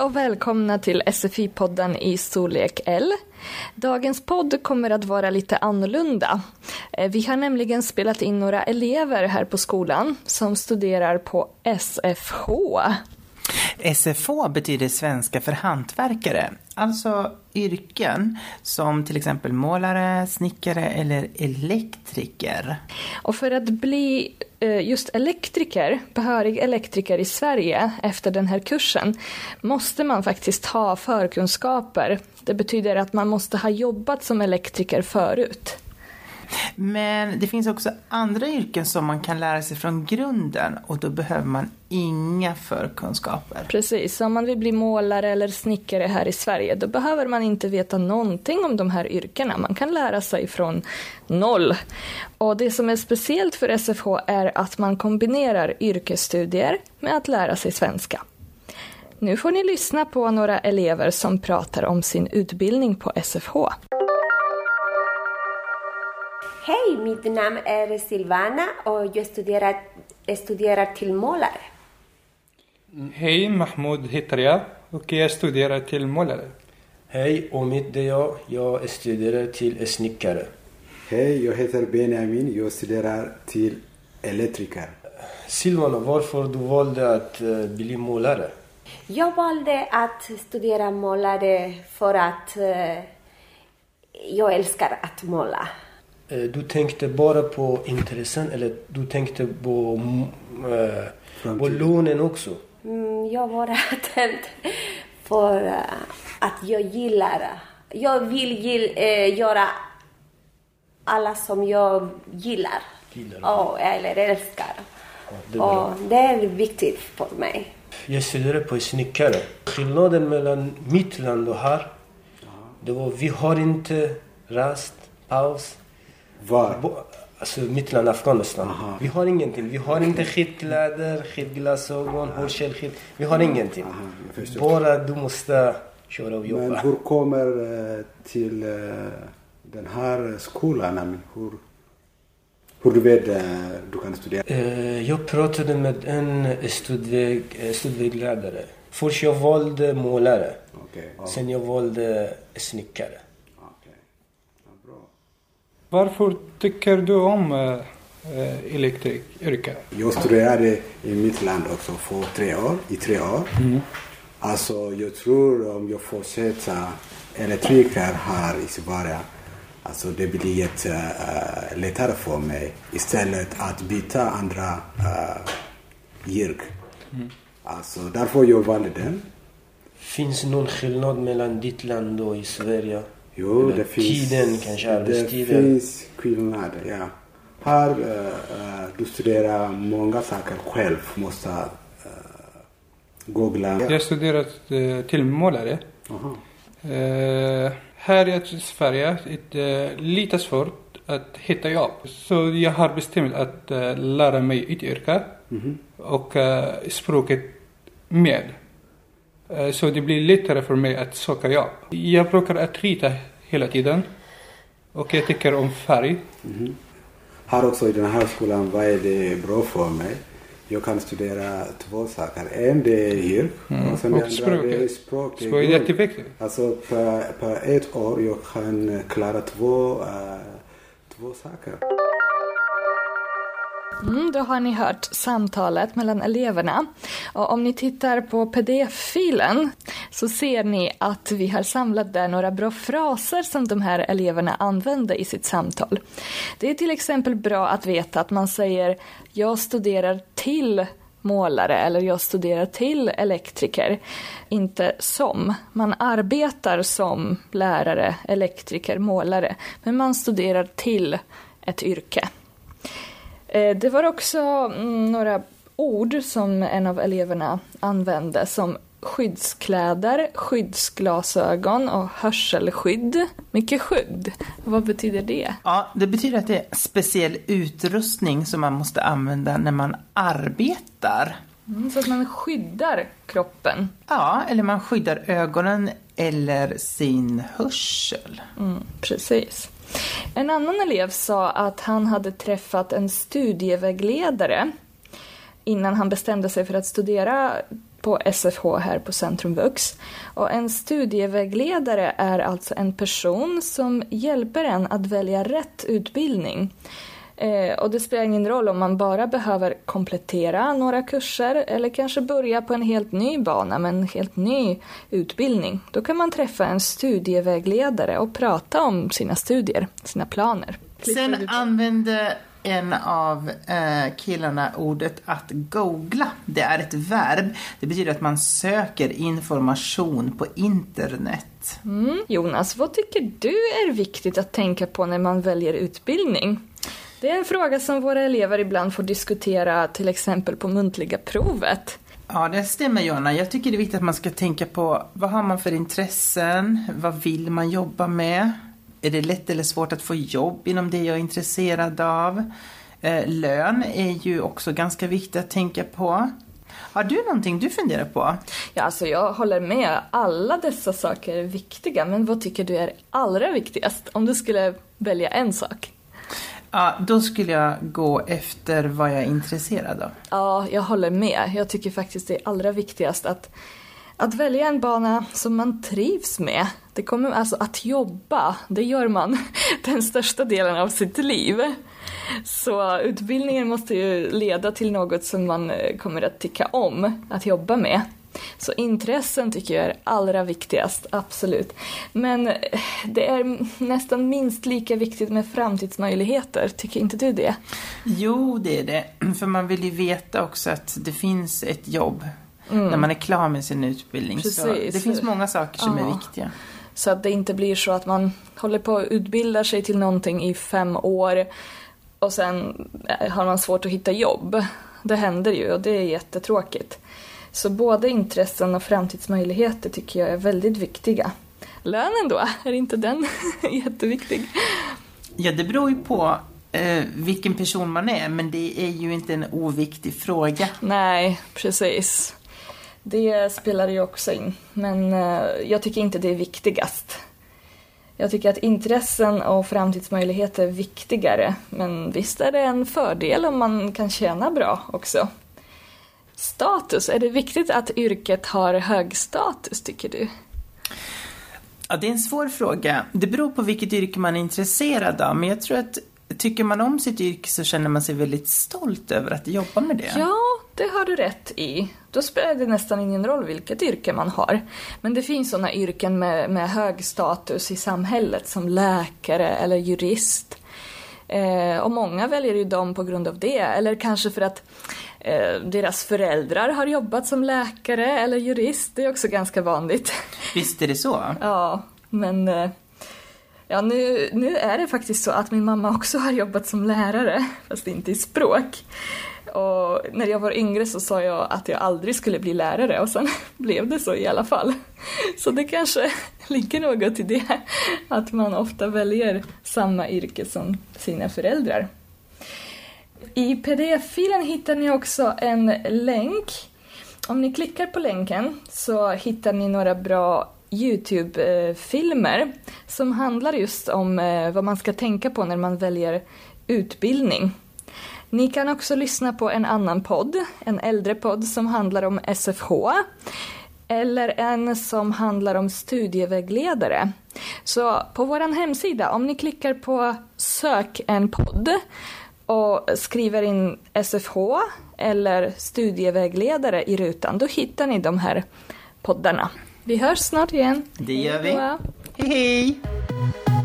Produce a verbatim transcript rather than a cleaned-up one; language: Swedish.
och välkomna till S F I-podden i storlek L. Dagens podd kommer att vara lite annorlunda. Vi har nämligen spelat in några elever här på skolan som studerar på S F H. S F H betyder svenska för hantverkare, alltså yrken som till exempel målare, snickare eller elektriker. Och för att bli just elektriker, behörig elektriker i Sverige efter den här kursen, måste man faktiskt ha förkunskaper. Det betyder att man måste ha jobbat som elektriker förut. Men det finns också andra yrken som man kan lära sig från grunden och då behöver man inga förkunskaper. Precis, om man vill bli målare eller snickare här i Sverige då behöver man inte veta någonting om de här yrkena. Man kan lära sig från noll. Och det som är speciellt för S F H är att man kombinerar yrkesstudier med att lära sig svenska. Nu får ni lyssna på några elever som pratar om sin utbildning på S F H. Hej, mitt namn är Silvana och jag studerar, studerar till målare. Hej, Mahmoud heter jag och jag studerar till målare. Hej, Omid är jag. Jag studerar till snickare. Hej, jag heter Benjamin. Jag studerar till elektriker. Silvana, varför du valde att bli målare? Jag valde att studera målare för att uh, jag älskar att måla. Du tänkte bara på intressen eller du tänkte på, äh, på lånen också? Mm, jag bara tänkte för uh, att jag gillar. Jag vill gill, uh, göra alla som jag gillar. Gillar oh, eller älskar. Ja, det, är och det är viktigt för mig. Jag studerar på snickare. Skillnaden mellan mitt land och här, det var vi har inte rast, paus. Var? Alltså mitt land Afghanistan. Aha. Vi har ingenting. Vi har inte skidkläder, skidglasögon, hårkällskid. Vi har ingenting. Aha, bara du måste köra och jobba. Men hur kommer uh, till uh, den här skolan? Hur, hur du vet uh, du kan studera? Uh, jag pratade med en studie, studievägledare. Först jag valde målare. Okay. Oh. Sen jag valde snickare. Varför tycker du om äh, elektrikeryrka? Jag studerade i mitt land också för tre år, i tre år. Mm. Alltså jag tror om jag fortsätter elektriker här i Sverige, alltså det blir ett, äh, lättare för mig istället att byta andra äh, yrk. Mm. Alltså därför jag valde den. Finns det någon skillnad mellan ditt land och i Sverige? Jo, det finns, tiden, kanske arbetstiden. Det finns skillnader, ja. Här uh, du studerar många saker själv, måste uh, googla. Jag studerar uh, till målare. Uh, här i Sverige är det uh, lite svårt att hitta jobb. Så jag har bestämt att uh, lära mig ett yrke mm-hmm. och uh, språket med. Så det blir lättare för mig att söka jobb. Jag brukar att rita hela tiden. Och jag tycker om färg. Mm-hmm. Här också i den här skolan var det bra för mig. Jag kan studera två saker. En det är yrk. Mm. Och sen och det andra det är språk. Så det är jätteviktigt. Alltså på, på ett år jag kan klara två, uh, två saker. Mm, då har ni hört samtalet mellan eleverna. Och om ni tittar på P D F-filen så ser ni att vi har samlat där några bra fraser som de här eleverna använde i sitt samtal. Det är till exempel bra att veta att man säger jag studerar till målare eller jag studerar till elektriker. Inte som. Man arbetar som lärare, elektriker, målare. Men man studerar till ett yrke. Det var också några ord som en av eleverna använde som skyddskläder, skyddsglasögon och hörselskydd. Mycket skydd. Vad betyder det? Ja, det betyder att det är speciell utrustning som man måste använda när man arbetar. Mm, så att man skyddar kroppen. Ja, eller man skyddar ögonen eller sin hörsel. Mm, precis. En annan elev sa att han hade träffat en studievägledare innan han bestämde sig för att studera på S F H här på Centrum Vux. Och en studievägledare är alltså en person som hjälper en att välja rätt utbildning. Eh, och det spelar ingen roll om man bara behöver komplettera några kurser eller kanske börja på en helt ny bana med en helt ny utbildning. Då kan man träffa en studievägledare och prata om sina studier, sina planer. Sen använde en av eh, killarna ordet att googla. Det är ett verb. Det betyder att man söker information på internet. Mm. Jonas, vad tycker du är viktigt att tänka på när man väljer utbildning? Det är en fråga som våra elever ibland får diskutera, till exempel på muntliga provet. Ja, det stämmer, Jonna. Jag tycker det är viktigt att man ska tänka på vad har man för intressen? Vad vill man jobba med? Är det lätt eller svårt att få jobb inom det jag är intresserad av? Eh, lön är ju också ganska viktigt att tänka på. Har du någonting du funderar på? Ja, alltså jag håller med. Alla dessa saker är viktiga. Men vad tycker du är allra viktigast om du skulle välja en sak? Ja, då skulle jag gå efter vad jag är intresserad av. Ja, jag håller med. Jag tycker faktiskt det är allra viktigast att, att välja en bana som man trivs med. Det kommer alltså att jobba. Det gör man den största delen av sitt liv. Så utbildningen måste ju leda till något som man kommer att tycka om att jobba med. Så intressen tycker jag är allra viktigast, absolut. Men det är nästan minst lika viktigt med framtidsmöjligheter, tycker inte du det? Jo, det är det. För man vill ju veta också att det finns ett jobb mm. när man är klar med sin utbildning. Precis. Så det finns många saker som ja. är viktiga. Så att det inte blir så att man håller på att utbilda sig till någonting i fem år och sen har man svårt att hitta jobb. Det händer ju och det är jättetråkigt. Så både intressen och framtidsmöjligheter tycker jag är väldigt viktiga. Lönen då, är inte den jätteviktig? Ja, det beror ju på eh, vilken person man är, men det är ju inte en oviktig fråga. Nej, precis. Det spelar ju också in, men eh, jag tycker inte det är viktigast. Jag tycker att intressen och framtidsmöjligheter är viktigare, men visst är det en fördel om man kan tjäna bra också. Status, är det viktigt att yrket har hög status, tycker du? Ja, det är en svår fråga. Det beror på vilket yrke man är intresserad av. Men jag tror att tycker man om sitt yrke så känner man sig väldigt stolt över att jobba med det. Ja, det har du rätt i. Då spelar det nästan ingen roll vilket yrke man har. Men det finns sådana yrken med, med hög status i samhället som läkare eller jurist. Eh, och många väljer ju dem på grund av det. Eller kanske för att eh, deras föräldrar har jobbat som läkare eller jurist. Det är också ganska vanligt. Visst är det så? Ja, men eh, ja, nu, nu är det faktiskt så att min mamma också har jobbat som lärare, fast inte i språk. Och när jag var yngre så sa jag att jag aldrig skulle bli lärare och sen blev det så i alla fall. Så det kanske ligger något i det, att man ofta väljer samma yrke som sina föräldrar. I pdf-filen hittar ni också en länk. Om ni klickar på länken så hittar ni några bra YouTube-filmer som handlar just om vad man ska tänka på när man väljer utbildning. Ni kan också lyssna på en annan podd, en äldre podd som handlar om S F H eller en som handlar om studievägledare. Så på vår hemsida, om ni klickar på sök en podd och skriver in S F H eller studievägledare i rutan, då hittar ni de här poddarna. Vi hörs snart igen. Det gör vi. Hej hej!